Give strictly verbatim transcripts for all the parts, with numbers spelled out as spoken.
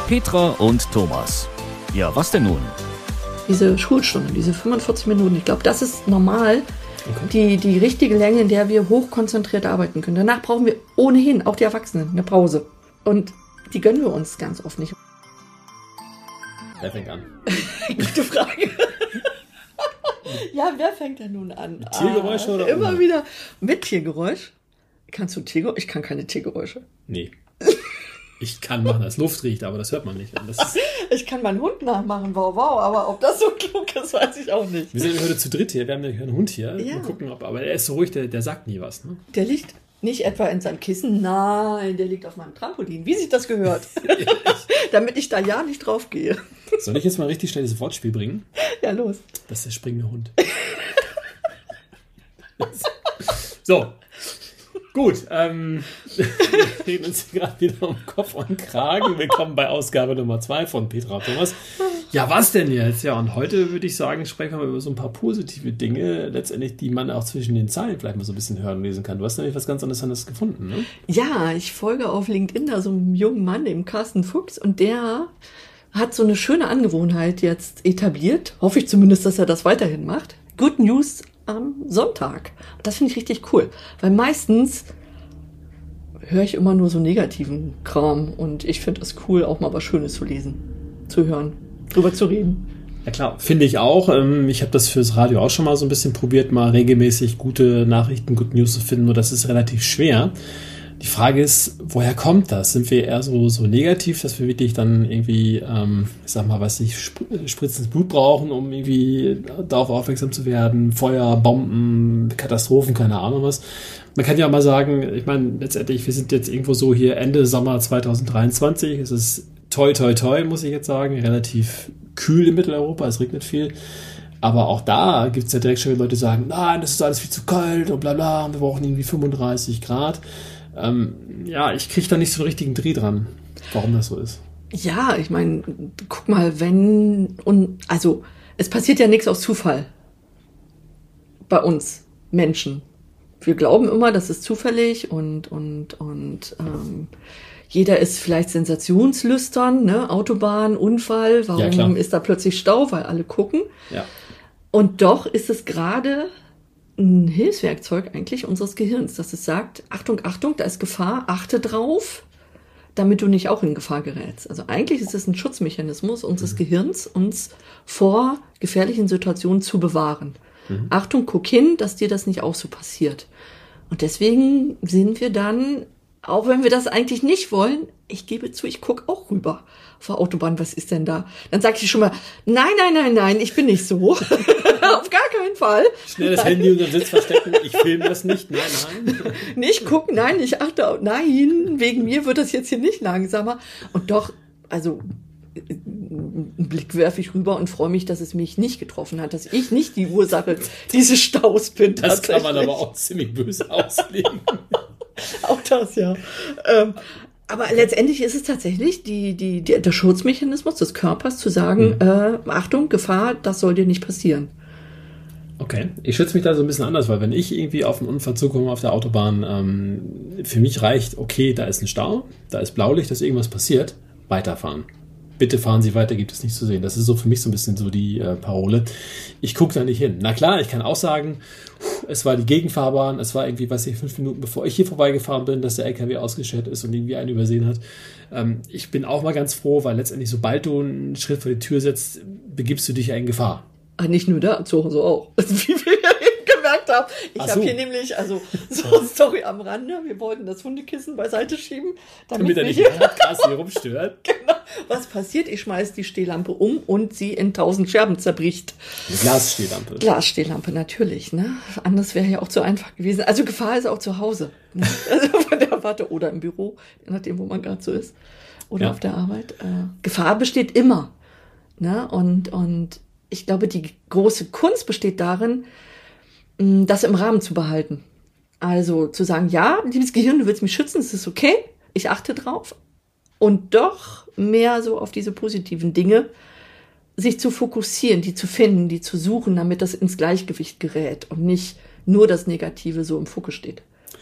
Petra und Thomas. Ja, was denn nun? Diese Schulstunde, diese fünfundvierzig Minuten, ich glaube, das ist normal okay. die, die richtige Länge, in der wir hochkonzentriert arbeiten können. Danach brauchen wir ohnehin, auch die Erwachsenen, eine Pause. Und die gönnen wir uns ganz oft nicht. Wer fängt an? Gute Frage. Ja, wer fängt denn nun an? Mit Tiergeräusche ah, oder? Immer ohne? Wieder mit Tiergeräusch. Kannst du Tiergeräusche? Ich kann keine Tiergeräusche. Nee. Ich kann machen, dass Luft riecht, aber das hört man nicht. Das ist ich kann meinen Hund nachmachen, wow, wow, aber ob das so klug ist, weiß ich auch nicht. Wir sind heute zu dritt hier, wir haben einen Hund hier. Ja. Mal gucken, ob, aber der ist so ruhig, der, der sagt nie was. Ne? Der liegt nicht etwa in seinem Kissen, nein, der liegt auf meinem Trampolin, wie sich das gehört. Damit ich da ja nicht drauf gehe. Soll ich jetzt mal richtig schnell das Wortspiel bringen? Ja, los. Das ist der springende Hund. So. Gut, ähm, wir reden uns gerade wieder um Kopf und Kragen. Willkommen bei Ausgabe Nummer zwei von Petra und Thomas. Ja, was denn jetzt? Ja, und heute würde ich sagen, sprechen wir über so ein paar positive Dinge, letztendlich, die man auch zwischen den Zeilen vielleicht mal so ein bisschen hören und lesen kann. Du hast nämlich was ganz Interessantes gefunden, ne? Ja, ich folge auf LinkedIn da so einem jungen Mann, dem Carsten Fuchs, und der hat so eine schöne Angewohnheit jetzt etabliert. Hoffe ich zumindest, dass er das weiterhin macht. Good News am Sonntag. Das finde ich richtig cool, weil meistens höre ich immer nur so negativen Kram und ich finde es cool, auch mal was Schönes zu lesen, zu hören, drüber zu reden. Ja klar, finde ich auch. Ich habe das fürs Radio auch schon mal so ein bisschen probiert, mal regelmäßig gute Nachrichten, Good News zu finden, nur das ist relativ schwer. Die Frage ist, woher kommt das? Sind wir eher so, so negativ, dass wir wirklich dann irgendwie, ähm, ich sag mal, was nicht, spritzendes Blut brauchen, um irgendwie darauf aufmerksam zu werden? Feuer, Bomben, Katastrophen, keine Ahnung was. Man kann ja auch mal sagen, ich meine, letztendlich, wir sind jetzt irgendwo so hier Ende Sommer zwanzig dreiundzwanzig. Es ist toi, toi, toi, muss ich jetzt sagen, relativ kühl in Mitteleuropa, es regnet viel. Aber auch da gibt es ja direkt schon Leute, die sagen, nein, das ist alles viel zu kalt und bla bla, und wir brauchen irgendwie fünfunddreißig Grad. Ähm, ja, ich kriege da nicht so einen richtigen Dreh dran, warum das so ist. Ja, ich meine, guck mal, wenn, und also es passiert ja nichts aus Zufall bei uns Menschen. Wir glauben immer, das ist zufällig und und und ähm, jeder ist vielleicht sensationslüstern, ne? Autobahn, Unfall, warum ja, ist da plötzlich Stau, weil alle gucken. Ja. Und doch ist es gerade ein Hilfswerkzeug eigentlich unseres Gehirns, dass es sagt, Achtung, Achtung, da ist Gefahr, achte drauf, damit du nicht auch in Gefahr gerätst. Also eigentlich ist es ein Schutzmechanismus unseres mhm. Gehirns, uns vor gefährlichen Situationen zu bewahren. Mhm. Achtung, guck hin, dass dir das nicht auch so passiert. Und deswegen sind wir dann, auch wenn wir das eigentlich nicht wollen, ich gebe zu, ich gucke auch rüber auf der Autobahn, was ist denn da? Dann sage ich schon mal, nein, nein, nein, nein, ich bin nicht so. Auf gar keinen Fall. Schnell das Handy unter den Sitz verstecken, ich filme das nicht, nein, nein. Nicht gucken, nein, ich achte auf, nein, wegen mir wird das jetzt hier nicht langsamer. Und doch, also einen Blick werfe ich rüber und freue mich, dass es mich nicht getroffen hat, dass ich nicht die Ursache dieses Staus bin. Das kann man aber auch ziemlich böse auslegen. Auch das, ja. Ähm, aber letztendlich ist es tatsächlich die, die, die, der Schutzmechanismus des Körpers zu sagen, mhm. äh, Achtung, Gefahr, das soll dir nicht passieren. Okay, ich schütze mich da so ein bisschen anders, weil wenn ich irgendwie auf einen Unfall zukomme auf der Autobahn, ähm, für mich reicht, okay, da ist ein Stau, da ist Blaulicht, da ist irgendwas passiert, weiterfahren. Bitte fahren Sie weiter, gibt es nichts zu sehen. Das ist so für mich so ein bisschen so die äh, Parole. Ich gucke da nicht hin. Na klar, ich kann auch sagen, es war die Gegenfahrbahn, es war irgendwie, weiß ich, fünf Minuten bevor ich hier vorbeigefahren bin, dass der L K W ausgeschert ist und irgendwie einen übersehen hat. Ähm, ich bin auch mal ganz froh, weil letztendlich, sobald du einen Schritt vor die Tür setzt, begibst du dich ja in Gefahr. Ach, nicht nur da, zu Hause auch. Also, wie wir eben gemerkt haben. Ich so. habe hier nämlich, also, so eine Story am Rande, wir wollten das Hundekissen beiseite schieben. Damit, damit er nicht im Podcast hier rumstört. Genau. Was passiert? Ich schmeiß die Stehlampe um und sie in tausend Scherben zerbricht. Glasstehlampe. Glasstehlampe, natürlich, ne? Anders wäre ja auch zu einfach gewesen. Also Gefahr ist auch zu Hause. Ne? Also von der Warte oder im Büro, je nachdem, wo man gerade so ist. Oder ja. auf der Arbeit. Äh, Gefahr besteht immer. Ne? Und, und ich glaube, die große Kunst besteht darin, das im Rahmen zu behalten. Also zu sagen, ja, liebes Gehirn, du willst mich schützen, es ist okay, ich achte drauf. Und doch mehr so auf diese positiven Dinge sich zu fokussieren, die zu finden, die zu suchen, damit das ins Gleichgewicht gerät und nicht nur das Negative so im Fokus steht.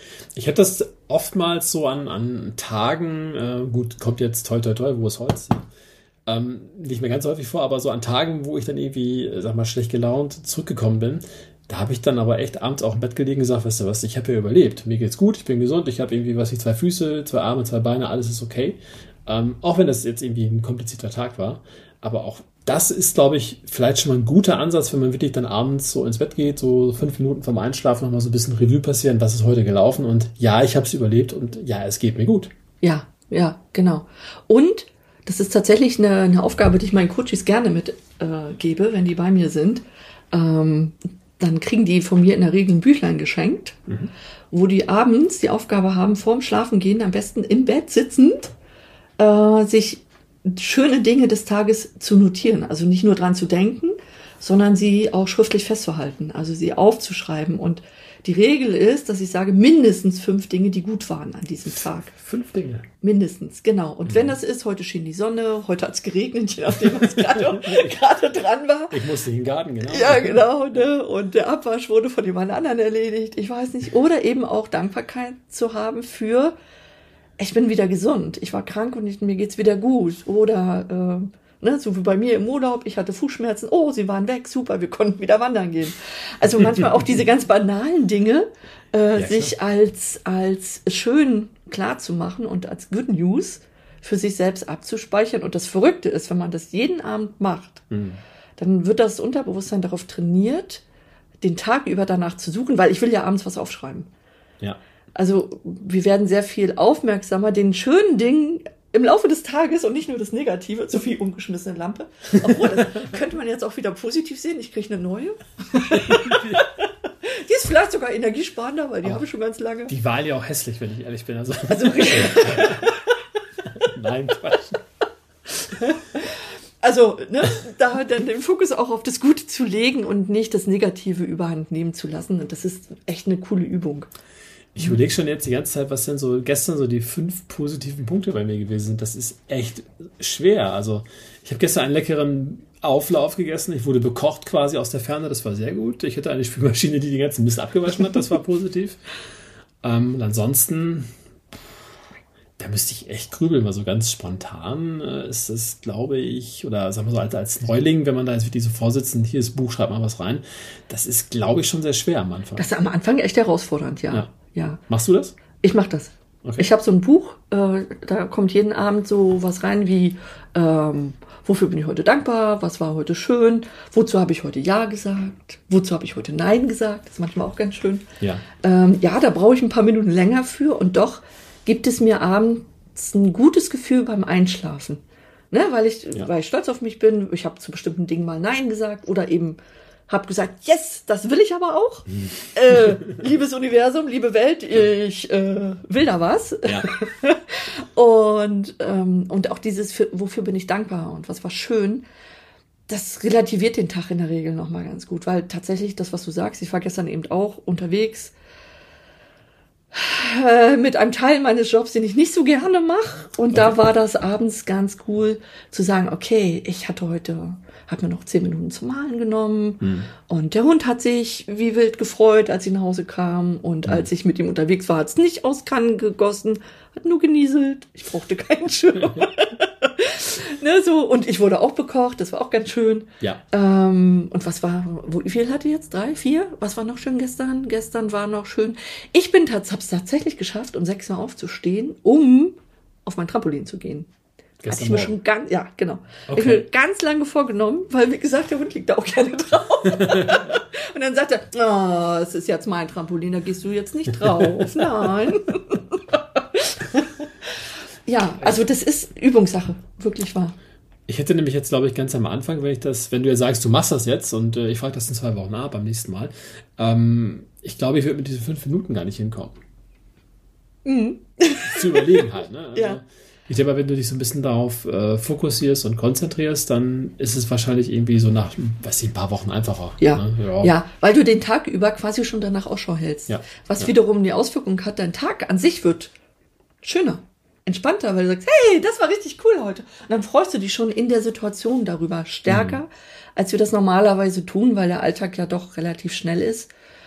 Ich habe das oftmals so an, an Tagen, äh, gut, kommt jetzt toi toi toi, wo ist Holz? Ähm, nicht mehr ganz häufig vor, aber so an Tagen, wo ich dann irgendwie, sag mal, schlecht gelaunt zurückgekommen bin, da habe ich dann aber echt abends auch im Bett gelegen und gesagt, weißt du was, ich habe ja überlebt, mir geht's gut, ich bin gesund, ich habe irgendwie, was ich, zwei Füße, zwei Arme, zwei Beine, alles ist okay. Ähm, auch wenn das jetzt irgendwie ein komplizierter Tag war, aber auch das ist, glaube ich, vielleicht schon mal ein guter Ansatz, wenn man wirklich dann abends so ins Bett geht, so fünf Minuten vorm Einschlafen nochmal so ein bisschen Revue passieren, was ist heute gelaufen und ja, ich habe es überlebt und ja, es geht mir gut. Ja, ja, genau. Und das ist tatsächlich eine, eine Aufgabe, die ich meinen Coaches gerne mitgebe, äh, wenn die bei mir sind. Ähm, dann kriegen die von mir in der Regel ein Büchlein geschenkt, mhm. wo die abends die Aufgabe haben, vorm Schlafengehen, am besten im Bett sitzend, äh, sich schöne Dinge des Tages zu notieren. Also nicht nur dran zu denken, sondern sie auch schriftlich festzuhalten, also sie aufzuschreiben. Und die Regel ist, dass ich sage, mindestens fünf Dinge, die gut waren an diesem Tag. Fünf Dinge? Mindestens, genau. Und mhm. wenn das ist, heute schien die Sonne, heute hat es geregnet, je nachdem, was gerade dran war. Ich musste in den Garten, genau. Ja, genau. Ne? Und der Abwasch wurde von jemand anderen erledigt, ich weiß nicht. Oder eben auch Dankbarkeit zu haben für, ich bin wieder gesund, ich war krank und ich, mir geht's wieder gut. Oder äh, ne, so wie bei mir im Urlaub, ich hatte Fußschmerzen, oh, sie waren weg, super, wir konnten wieder wandern gehen. Also manchmal auch diese ganz banalen Dinge äh, ja, sich als als schön klar zu machen und als Good News für sich selbst abzuspeichern. Und das Verrückte ist, wenn man das jeden Abend macht, mhm. dann wird das Unterbewusstsein darauf trainiert, den Tag über danach zu suchen, weil ich will ja abends was aufschreiben. Ja. Also wir werden sehr viel aufmerksamer den schönen Dingen im Laufe des Tages und nicht nur das Negative, so wie umgeschmissene Lampe. Obwohl, das könnte man jetzt auch wieder positiv sehen. Ich kriege eine neue. Die ist vielleicht sogar energiesparender, weil die oh, habe ich schon ganz lange. Die war ja auch hässlich, wenn ich ehrlich bin. Also, also Nein, Quatsch. Also, ne, da dann den Fokus auch auf das Gute zu legen und nicht das Negative überhand nehmen zu lassen. Und das ist echt eine coole Übung. Ich überlege schon jetzt die ganze Zeit, was denn so gestern so die fünf positiven Punkte bei mir gewesen sind. Das ist echt schwer. Also ich habe gestern einen leckeren Auflauf gegessen. Ich wurde bekocht quasi aus der Ferne. Das war sehr gut. Ich hatte eine Spülmaschine, die den ganzen Mist abgewaschen hat. Das war positiv. Ähm, und ansonsten, da müsste ich echt grübeln, weil so ganz spontan äh, ist das, glaube ich, oder sagen wir so als, als Neuling, wenn man da jetzt wirklich so vorsitzt und hier ist Buch, schreibt mal was rein. Das ist, glaube ich, schon sehr schwer am Anfang. Das ist am Anfang echt herausfordernd, ja. ja. Ja. Machst du das? Ich mache das. Okay. Ich habe so ein Buch, äh, da kommt jeden Abend so was rein wie, ähm, wofür bin ich heute dankbar, was war heute schön, wozu habe ich heute Ja gesagt, wozu habe ich heute Nein gesagt, das ist manchmal auch ganz schön. Ja, ähm, ja, da brauche ich ein paar Minuten länger für und doch gibt es mir abends ein gutes Gefühl beim Einschlafen. Ne, weil ich, ja. weil ich stolz auf mich bin, ich habe zu bestimmten Dingen mal Nein gesagt oder eben habe gesagt, yes, das will ich aber auch. Hm. Äh, liebes Universum, liebe Welt, ich äh, will da was. Ja. und, ähm, und auch dieses, für, wofür bin ich dankbar und was war schön, das relativiert den Tag in der Regel nochmal ganz gut. Weil tatsächlich das, was du sagst, ich war gestern eben auch unterwegs äh, mit einem Teil meines Jobs, den ich nicht so gerne mache. Und okay. da war das abends ganz cool zu sagen, okay, ich hatte heute... hat mir noch zehn Minuten zum Malen genommen. Hm. Und der Hund hat sich wie wild gefreut, als ich nach Hause kam. Und hm. als ich mit ihm unterwegs war, hat es nicht aus Kannen gegossen, hat nur genieselt. Ich brauchte keinen Schirm. ne, so. Und ich wurde auch bekocht, das war auch ganz schön. Ja. Ähm, und was war, wo, wie viel hatte ich jetzt? Drei, vier? Was war noch schön gestern? Gestern war noch schön. Ich bin habe es tatsächlich geschafft, um sechs Uhr aufzustehen, um auf mein Trampolin zu gehen. Gestern Hatte ich mir Morgen. schon ganz, ja, genau. Okay. Ich mir ganz lange vorgenommen, weil, wie gesagt, der Hund liegt da auch gerne drauf. Und dann sagt er, oh, es ist jetzt mein Trampolin, da gehst du jetzt nicht drauf. Nein. ja, also das ist Übungssache, wirklich wahr. Ich hätte nämlich jetzt, glaube ich, ganz am Anfang, wenn ich das, wenn du ja sagst, du machst das jetzt und äh, ich frage das in zwei Wochen ab, beim nächsten Mal, ähm, ich glaube, ich würde mit diesen fünf Minuten gar nicht hinkommen. Mhm. Zu überlegen halt, ne? Also, ja. Ich denke mal, wenn du dich so ein bisschen darauf äh, fokussierst und konzentrierst, dann ist es wahrscheinlich irgendwie so nach, weiß ich, ein paar Wochen einfacher. Ja. Ne? Ja. ja, weil du den Tag über quasi schon danach Ausschau hältst. Ja. Was ja. wiederum die Auswirkung hat, dein Tag an sich wird schöner, entspannter, weil du sagst, hey, das war richtig cool heute. Und dann freust du dich schon in der Situation darüber stärker, mhm. als wir das normalerweise tun, weil der Alltag ja doch relativ schnell ist.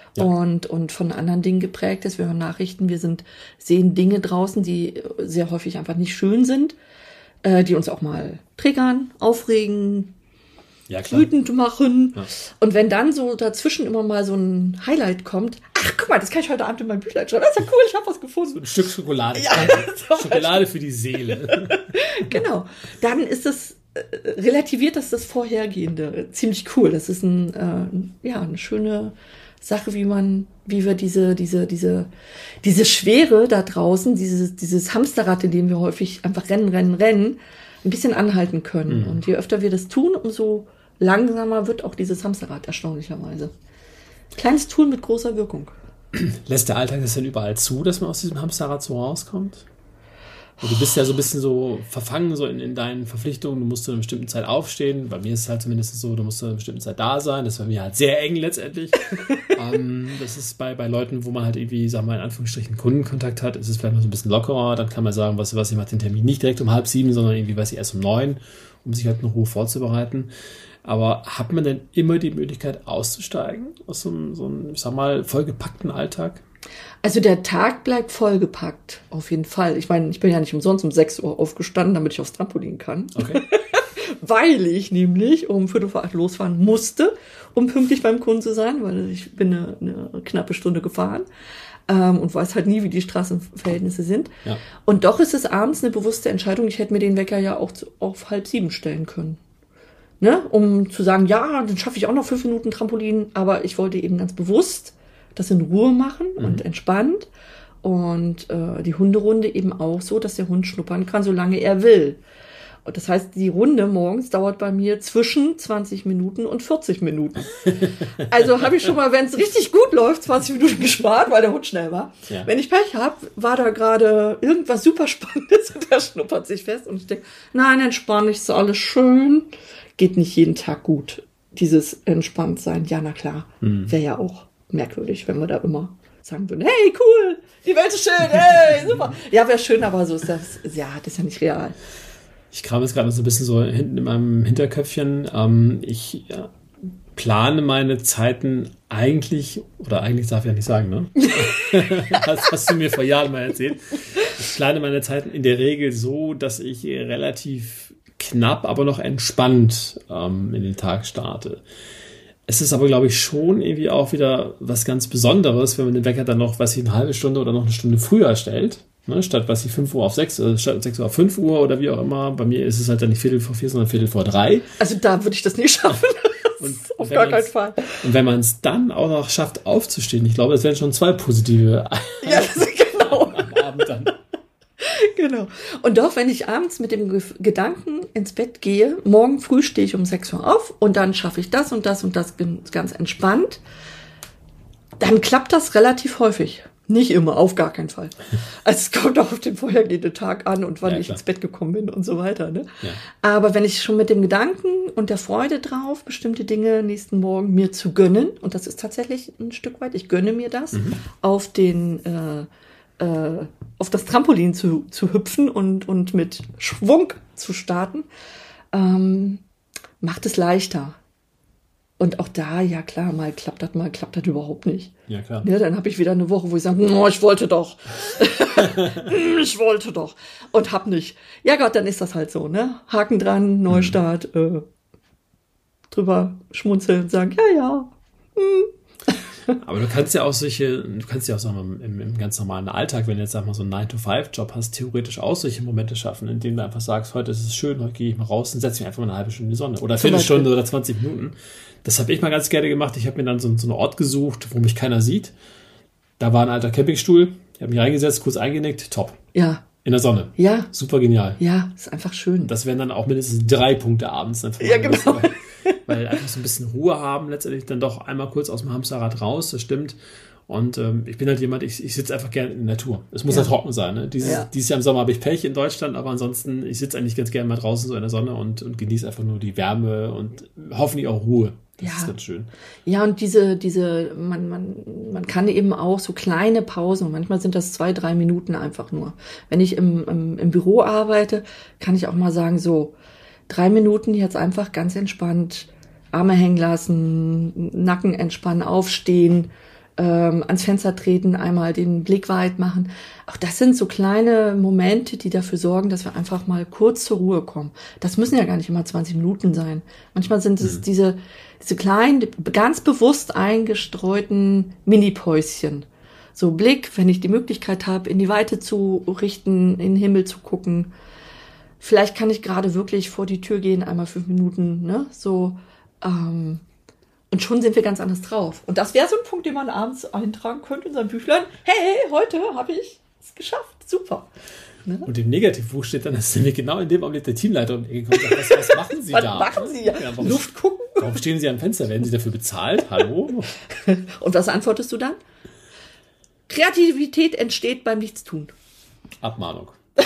Ja. und, und von anderen Dingen geprägt ist. Wir hören Nachrichten, wir sind, sehen Dinge draußen, die sehr häufig einfach nicht schön sind, äh, die uns auch mal triggern, aufregen, Ja, klar. wütend machen. Ja. Und wenn dann so dazwischen immer mal so ein Highlight kommt, ach guck mal, das kann ich heute Abend in mein Büchlein schreiben. Das ist ja cool, ich habe was gefunden. Ein Stück Schokolade. Ja, Schokolade für die Seele. Genau. Dann ist das, äh, relativiert das das Vorhergehende ziemlich cool. Das ist ein, äh, ja, eine schöne Sache, wie man, wie wir diese, diese, diese, diese Schwere da draußen, dieses, dieses Hamsterrad, in dem wir häufig einfach rennen, rennen, rennen, ein bisschen anhalten können. Mhm. Und je öfter wir das tun, umso langsamer wird auch dieses Hamsterrad erstaunlicherweise. Kleines Tool mit großer Wirkung. Lässt der Alltag das denn überall zu, dass man aus diesem Hamsterrad so rauskommt? Du bist ja so ein bisschen so verfangen so in, in deinen Verpflichtungen. Du musst zu einer bestimmten Zeit aufstehen. Bei mir ist es halt zumindest so, du musst zu einer bestimmten Zeit da sein. Das ist bei mir halt sehr eng letztendlich. ähm, das ist bei, bei Leuten, wo man halt irgendwie, sagen wir mal in Anführungsstrichen, Kundenkontakt hat, ist es vielleicht noch so ein bisschen lockerer. Dann kann man sagen, was, was ich mache den Termin nicht direkt um halb sieben, sondern irgendwie, weiß ich, erst um neun, um sich halt in Ruhe vorzubereiten. Aber hat man denn immer die Möglichkeit auszusteigen aus so einem, so einem, ich sag mal, vollgepackten Alltag? Also der Tag bleibt vollgepackt, auf jeden Fall. Ich meine, ich bin ja nicht umsonst um sechs Uhr aufgestanden, damit ich aufs Trampolin kann. Okay. Weil ich nämlich um Viertel vor acht losfahren musste, um pünktlich beim Kunden zu sein, weil ich bin eine, eine knappe Stunde gefahren ähm, und weiß halt nie, wie die Straßenverhältnisse sind. Ja. Und doch ist es abends eine bewusste Entscheidung. Ich hätte mir den Wecker ja auch zu, auf halb sieben stellen können. Ne? Um zu sagen, ja, dann schaffe ich auch noch fünf Minuten Trampolin. Aber ich wollte eben ganz bewusst das in Ruhe machen Mhm. und entspannt. Und äh, die Hunderunde eben auch so, dass der Hund schnuppern kann, solange er will. Und das heißt, die Runde morgens dauert bei mir zwischen zwanzig Minuten und vierzig Minuten. Also habe ich schon mal, wenn es richtig gut läuft, zwanzig Minuten gespart, weil der Hund schnell war. Ja. Wenn ich Pech habe, war da gerade irgendwas super Spannendes und der schnuppert sich fest. Und ich denke, nein, entspann ich, ist alles schön. Geht nicht jeden Tag gut, dieses Entspanntsein. Ja, na klar, Hm. wäre ja auch merkwürdig, wenn wir da immer sagen würden, hey, cool, die Welt ist schön, hey, super. Ja, wäre schön, aber so ist das, ja, das ist ja nicht real. Ich kram jetzt gerade so ein bisschen so hinten in meinem Hinterköpfchen. Ähm, ich ja, plane meine Zeiten eigentlich, oder eigentlich darf ich ja nicht sagen, ne? Das hast du mir vor Jahren mal erzählt. Ich plane meine Zeiten in der Regel so, dass ich relativ knapp, aber noch entspannt ähm, in den Tag starte. Es ist aber, glaube ich, schon irgendwie auch wieder was ganz Besonderes, wenn man den Wecker dann noch, weiß ich, eine halbe Stunde oder noch eine Stunde früher stellt. Ne, statt, weiß ich, fünf Uhr auf sechs, äh, statt sechs Uhr auf fünf Uhr oder wie auch immer. Bei mir ist es halt dann nicht Viertel vor vier, sondern Viertel vor drei. Also da würde ich das nicht schaffen. Und Auf wenn gar keinen man's- Fall. Und wenn man es dann auch noch schafft, aufzustehen, ich glaube, es wären schon zwei positive Ja, das ist genau. am Abend dann. Genau. Und doch, wenn ich abends mit dem Ge- Gedanken ins Bett gehe, morgen früh stehe ich um sechs Uhr auf und dann schaffe ich das und das und das gen- ganz entspannt, dann klappt das relativ häufig. Nicht immer, auf gar keinen Fall. Also es kommt auch auf den vorhergehenden Tag an und wann Ja, ich klar. ins Bett gekommen bin und so weiter. Ne? Ja. Aber wenn ich schon mit dem Gedanken und der Freude drauf, bestimmte Dinge nächsten Morgen mir zu gönnen, und das ist tatsächlich ein Stück weit, ich gönne mir das, auf den äh, äh, auf das Trampolin zu, zu hüpfen und, und mit Schwung zu starten, ähm, macht es leichter. Und auch da, ja klar, mal klappt das, mal klappt das überhaupt nicht. Ja, klar. Ja, dann habe ich wieder eine Woche, wo ich sage, oh, ich wollte doch. ich wollte doch. Und hab nicht. Ja Gott, dann ist das halt so, ne? Haken dran, Neustart, äh, drüber schmunzeln, sagen, ja, ja. Aber du kannst ja auch solche, du kannst ja auch sagen wir, im, im ganz normalen Alltag, wenn du jetzt sag mal so einen nine to five Job hast, theoretisch auch solche Momente schaffen, in denen du einfach sagst, heute ist es schön, heute gehe ich mal raus und setze mich einfach mal eine halbe Stunde in die Sonne. Oder eine Zum Viertelstunde Beispiel. oder zwanzig Minuten. Das habe ich mal ganz gerne gemacht. Ich habe mir dann so, so einen Ort gesucht, wo mich keiner sieht. Da war ein alter Campingstuhl. Ich habe mich reingesetzt, kurz eingenickt, top. Ja, In der Sonne. ja, Super genial. ja, ist einfach schön. Das wären dann auch mindestens drei Punkte abends. Dann Ja, genau. Weil, weil einfach so ein bisschen Ruhe haben, letztendlich dann doch einmal kurz aus dem Hamsterrad raus, das stimmt. Und ähm, ich bin halt jemand, ich, ich sitze einfach gerne in der Natur. Es muss Ja. ja trocken sein. Ne? Dieses, Ja. dieses Jahr im Sommer habe ich Pech in Deutschland, aber ansonsten, ich sitze eigentlich ganz gerne mal draußen so in der Sonne und, und genieße einfach nur die Wärme und hoffentlich auch Ruhe. Das Ja. ist ganz schön. Ja, und diese, diese, man, man, man kann eben auch so kleine Pausen, manchmal sind das zwei, drei Minuten einfach nur. Wenn ich im, im, im Büro arbeite, kann ich auch mal sagen, so drei Minuten jetzt einfach ganz entspannt Arme hängen lassen, Nacken entspannen, aufstehen, ähm, ans Fenster treten, einmal den Blick weit machen. Auch das sind so kleine Momente, die dafür sorgen, dass wir einfach mal kurz zur Ruhe kommen. Das müssen ja gar nicht immer zwanzig Minuten sein. Manchmal sind es mhm. diese, diese kleinen, ganz bewusst eingestreuten Mini-Päuschen. So Blick, wenn ich die Möglichkeit habe, in die Weite zu richten, in den Himmel zu gucken. Vielleicht kann ich gerade wirklich vor die Tür gehen, einmal fünf Minuten, ne, so, ähm, und schon sind wir ganz anders drauf. Und das wäre so ein Punkt, den man abends eintragen könnte in seinem Büchlein. Hey, heute habe ich es geschafft. Super. Ne? Und im Negativbuch steht dann, dass wir genau in dem Augenblick der Teamleiter um die Ecke kommt. Was, was machen Sie was da? Was machen Sie ja? ja warum, Luft gucken? Warum stehen Sie am Fenster? Werden Sie dafür bezahlt? Hallo? Und was antwortest du dann? Kreativität entsteht beim Nichtstun. Abmahnung.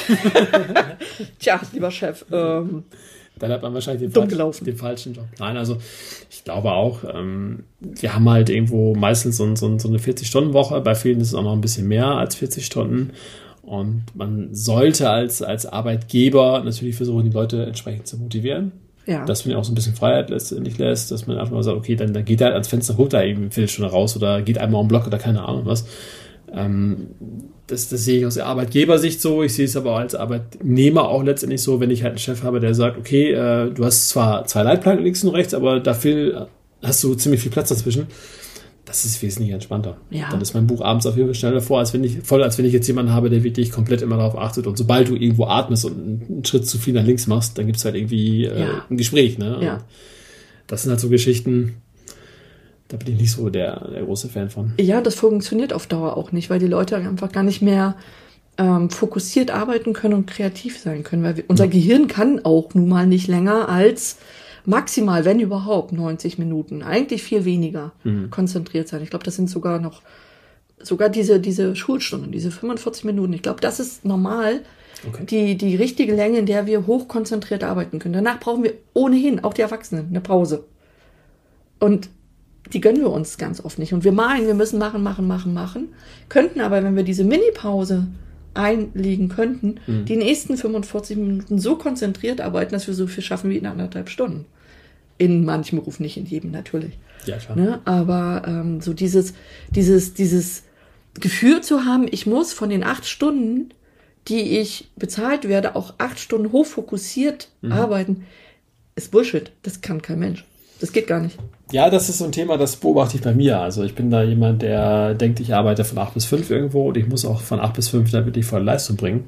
Tja, lieber Chef, ähm, dann hat man wahrscheinlich den, dumm falsch, gelaufen. den falschen Job. Nein, also ich glaube auch, ähm, wir haben halt irgendwo meistens so, so, so eine vierzig-Stunden-Woche. Bei vielen ist es auch noch ein bisschen mehr als vierzig Stunden. Und man sollte als, als Arbeitgeber natürlich versuchen, die Leute entsprechend zu motivieren. Ja. Dass man ja auch so ein bisschen Freiheit lässt, nicht lässt, dass man einfach mal sagt, okay, dann, dann geht er halt ans Fenster, guckt da eben eine Viertelstunde raus oder geht einmal um den Block oder keine Ahnung was. Ähm, das, das sehe ich aus der Arbeitgebersicht so, ich sehe es aber auch als Arbeitnehmer auch letztendlich so, wenn ich halt einen Chef habe, der sagt, okay, äh, du hast zwar zwei Leitplanken links und rechts, aber dafür hast du ziemlich viel Platz dazwischen. Das ist wesentlich entspannter. Ja. Dann ist mein Buch abends auf jeden Fall schneller vor, als wenn ich, voll als wenn ich jetzt jemanden habe, der wirklich komplett immer darauf achtet. Und sobald du irgendwo atmest und einen Schritt zu viel nach links machst, dann gibt es halt irgendwie äh, ja. ein Gespräch. Ne? Ja. Und das sind halt so Geschichten, da bin ich nicht so der, der große Fan von. Ja, das funktioniert auf Dauer auch nicht, weil die Leute einfach gar nicht mehr ähm, fokussiert arbeiten können und kreativ sein können. Weil wir, unser ja. Gehirn kann auch nun mal nicht länger als maximal, wenn überhaupt, neunzig Minuten. Eigentlich viel weniger mhm. konzentriert sein. Ich glaube, das sind sogar noch, sogar diese, diese Schulstunden, diese fünfundvierzig Minuten. Ich glaube, das ist normal okay. die, die richtige Länge, in der wir hochkonzentriert arbeiten können. Danach brauchen wir ohnehin, auch die Erwachsenen, eine Pause. Und die gönnen wir uns ganz oft nicht. Und wir meinen, wir müssen machen, machen, machen, machen. Könnten aber, wenn wir diese Mini-Pause einlegen könnten, mhm. die nächsten fünfundvierzig Minuten so konzentriert arbeiten, dass wir so viel schaffen wie in anderthalb Stunden. In manchem Beruf, nicht in jedem natürlich. Ja, klar. Ne? Aber ähm, so dieses, dieses, dieses Gefühl zu haben, ich muss von den acht Stunden, die ich bezahlt werde, auch acht Stunden hochfokussiert mhm. arbeiten, ist Bullshit. Das kann kein Mensch. Das geht gar nicht. Ja, das ist so ein Thema, das beobachte ich bei mir. Also ich bin da jemand, der denkt, ich arbeite von acht bis fünf irgendwo und ich muss auch von acht bis fünf da wirklich volle Leistung bringen.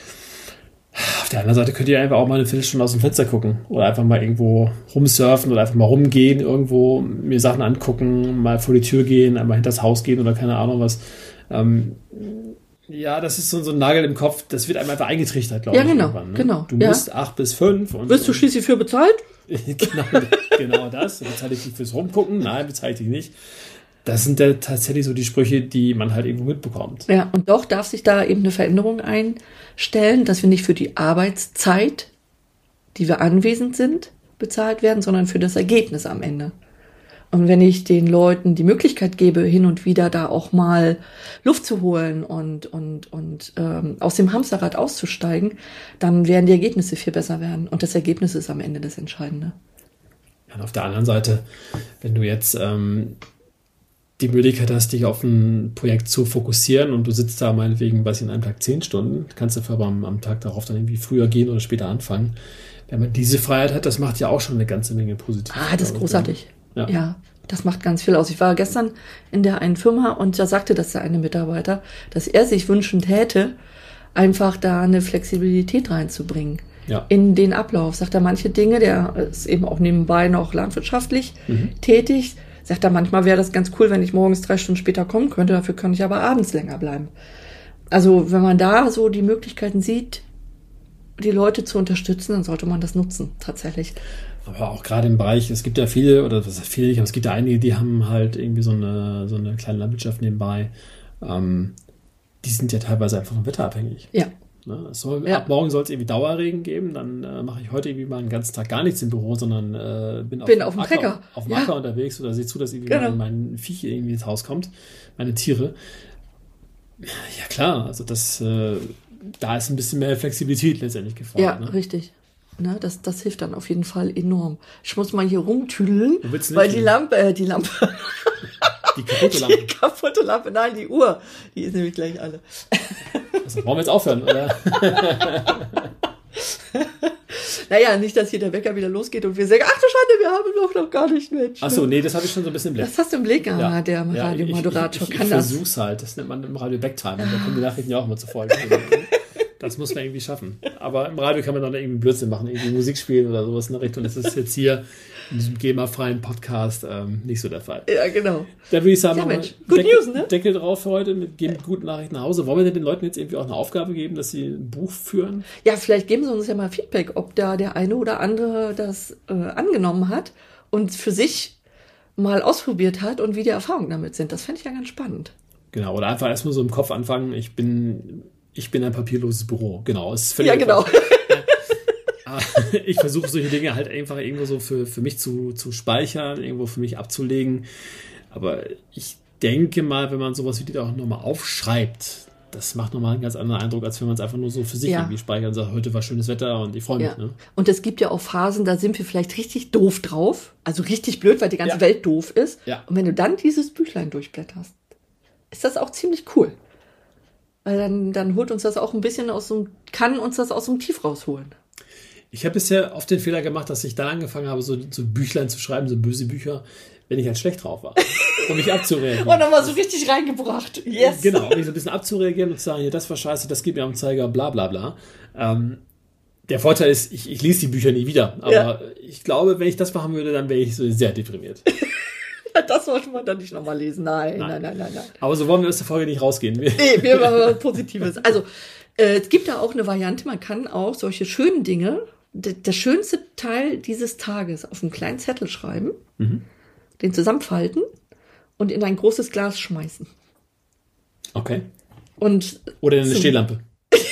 Auf der anderen Seite könnt ihr einfach auch mal eine Viertelstunde aus dem Fenster gucken oder einfach mal irgendwo rumsurfen oder einfach mal rumgehen, irgendwo mir Sachen angucken, mal vor die Tür gehen, einmal hinter das Haus gehen oder keine Ahnung was. Ähm, ja, das ist so, so ein Nagel im Kopf, das wird einem einfach eingetrichtert, glaube ja, ich. Genau, irgendwann, ne? genau. Du ja. musst acht bis fünf. Und, Wirst du schließlich für bezahlt? genau, genau das. Bezahle ich dich fürs Rumgucken? Nein, bezahle ich dich nicht. Das sind ja tatsächlich so die Sprüche, die man halt irgendwo mitbekommt. Ja, und doch darf sich da eben eine Veränderung einstellen, dass wir nicht für die Arbeitszeit, die wir anwesend sind, bezahlt werden, sondern für das Ergebnis am Ende. Und wenn ich den Leuten die Möglichkeit gebe, hin und wieder da auch mal Luft zu holen und und und ähm, aus dem Hamsterrad auszusteigen, dann werden die Ergebnisse viel besser werden. Und das Ergebnis ist am Ende das Entscheidende. Ja, und auf der anderen Seite, wenn du jetzt ähm, die Möglichkeit hast, dich auf ein Projekt zu fokussieren und du sitzt da meinetwegen, weiß ich, in einem Tag zehn Stunden, kannst du aber am, am Tag darauf dann irgendwie früher gehen oder später anfangen. Wenn man diese Freiheit hat, das macht ja auch schon eine ganze Menge positiv. Ah, das ist großartig. Ja. ja, das macht ganz viel aus. Ich war gestern in der einen Firma und da sagte das der eine Mitarbeiter, dass er sich wünschend hätte, einfach da eine Flexibilität reinzubringen. Ja. In den Ablauf. Sagt er manche Dinge, der ist eben auch nebenbei noch landwirtschaftlich mhm. tätig, sagt er, manchmal wäre das ganz cool, wenn ich morgens drei Stunden später kommen könnte, dafür kann ich aber abends länger bleiben. Also wenn man da so die Möglichkeiten sieht, die Leute zu unterstützen, dann sollte man das nutzen, tatsächlich. Aber auch gerade im Bereich, es gibt ja viele, oder was heißt viele nicht, aber es gibt ja einige, die haben halt irgendwie so eine, so eine kleine Landwirtschaft nebenbei. Ähm, die sind ja teilweise einfach vom Wetter abhängig. Ja. Ne, es soll, ja. Ab morgen soll es irgendwie Dauerregen geben, dann äh, mache ich heute irgendwie mal einen ganzen Tag gar nichts im Büro, sondern äh, bin, bin auf, auf dem Trecker. Auf dem ja. Acker unterwegs oder sehe zu, dass irgendwie genau. mein, mein Viech irgendwie ins Haus kommt, meine Tiere. Ja klar, also das, äh, da ist ein bisschen mehr Flexibilität letztendlich gefragt. Ja, ne? richtig. Na, das, das hilft dann auf jeden Fall enorm. Ich muss mal hier rumtüdeln, weil die Lampe, äh, die Lampe, Die kaputte Lampe. Die kaputte Lampe, nein, die Uhr. Die ist nämlich gleich alle. Also, wollen wir jetzt aufhören, oder? Naja, nicht, dass hier der Wecker wieder losgeht und wir sagen, ach du Schande, wir haben doch noch gar nicht mit. Ach so, nee, das habe ich schon so ein bisschen im Blick. Das hast du im Blick, ah, Ja. der Ja, Radiomoderator ich, ich, kann ich das. Ich versuch's halt, das nennt man im Radio Backtiming, da kommen die Nachrichten ja auch immer zu Folgen. Das muss man irgendwie schaffen. Aber im Radio kann man dann irgendwie Blödsinn machen, irgendwie Musik spielen oder sowas in der Richtung. Das ist jetzt hier in diesem GEMA-freien Podcast ähm, nicht so der Fall. Ja, genau. Da würde ich sagen, Ja, machen wir Mensch. Good Deckel, News, ne? Deckel drauf für heute, mit, geben gute Nachrichten nach Hause. Wollen wir denn den Leuten jetzt irgendwie auch eine Aufgabe geben, dass sie ein Buch führen? Ja, vielleicht geben sie uns ja mal Feedback, ob da der eine oder andere das äh, angenommen hat und für sich mal ausprobiert hat und wie die Erfahrungen damit sind. Das fände ich ja ganz spannend. Genau, oder einfach erstmal so im Kopf anfangen, ich bin, ich bin ein papierloses Büro. Genau, ist völlig Ja, genau. Ich versuche solche Dinge halt einfach irgendwo so für, für mich zu, zu speichern, irgendwo für mich abzulegen. Aber ich denke mal, wenn man sowas wie die auch nochmal aufschreibt, das macht nochmal einen ganz anderen Eindruck, als wenn man es einfach nur so für sich Ja. irgendwie speichert und sagt, heute war schönes Wetter und ich freue mich. Ja. Ne? Und es gibt ja auch Phasen, da sind wir vielleicht richtig doof drauf. Also richtig blöd, weil die ganze Ja. Welt doof ist. Ja. Und wenn du dann dieses Büchlein durchblätterst, ist das auch ziemlich cool. Weil dann, dann holt uns das auch ein bisschen aus dem, kann uns das aus dem Tief rausholen. Ich habe bisher oft den Fehler gemacht, dass ich dann angefangen habe, so, so Büchlein zu schreiben, so böse Bücher, wenn ich halt schlecht drauf war, um mich abzureagieren. Und dann mal so richtig reingebracht. Yes. Genau, um mich so ein bisschen abzureagieren und zu sagen, hier, das war scheiße, das geht mir am Zeiger, bla bla bla. Ähm, der Vorteil ist, ich, ich lese die Bücher nie wieder. Aber Ja. ich glaube, wenn ich das machen würde, dann wäre ich so sehr deprimiert. Das sollte man dann nicht nochmal lesen. Nein, nein, nein, nein, nein. nein. Aber so wollen wir aus der Folge nicht rausgehen. Wir Nee, wir machen was Positives. Also, äh, es gibt da auch eine Variante, man kann auch solche schönen Dinge, d- der schönste Teil dieses Tages auf einen kleinen Zettel schreiben, Mhm. den zusammenfalten und in ein großes Glas schmeißen. Okay. Und, Oder in eine Zum- Stehlampe.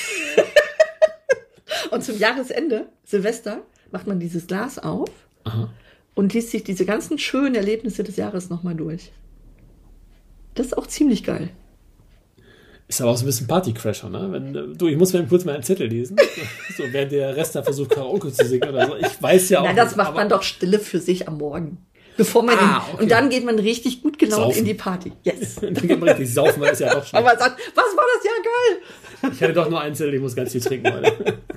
und zum Jahresende, Silvester, macht man dieses Glas auf Aha. und liest sich diese ganzen schönen Erlebnisse des Jahres nochmal durch. Das ist auch ziemlich geil. Ist aber auch so ein bisschen Partycrasher, ne? Wenn, äh, du, ich muss mir kurz mal einen Zettel lesen. So, während der Rest da versucht, Karaoke zu singen oder so. Ich weiß ja auch Nein, das nicht, macht aber- man doch Stille für sich am Morgen. Bevor man Ah, in, okay. und dann geht man richtig gut gelaunt Saufen. in die Party. Yes. Dann geht man richtig saufen, weil es ja doch schon. Aber man sagt, was war das? Ja, geil. Ich hatte doch nur einen Zettel, ich muss ganz viel trinken heute.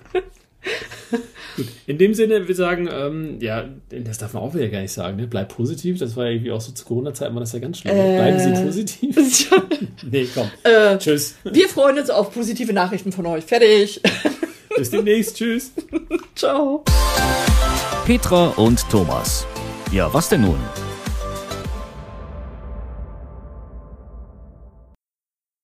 Gut, in dem Sinne, wir sagen, ähm, ja, das darf man auch wieder gar nicht sagen, ne? Bleibt positiv, das war irgendwie auch so zu Corona-Zeiten, war das ja ganz schlimm. Äh. Bleiben Sie positiv. Nee, komm. Äh, Tschüss. Wir freuen uns auf positive Nachrichten von euch. Fertig. Bis demnächst. Tschüss. Ciao. Petra und Thomas. Ja, was denn nun?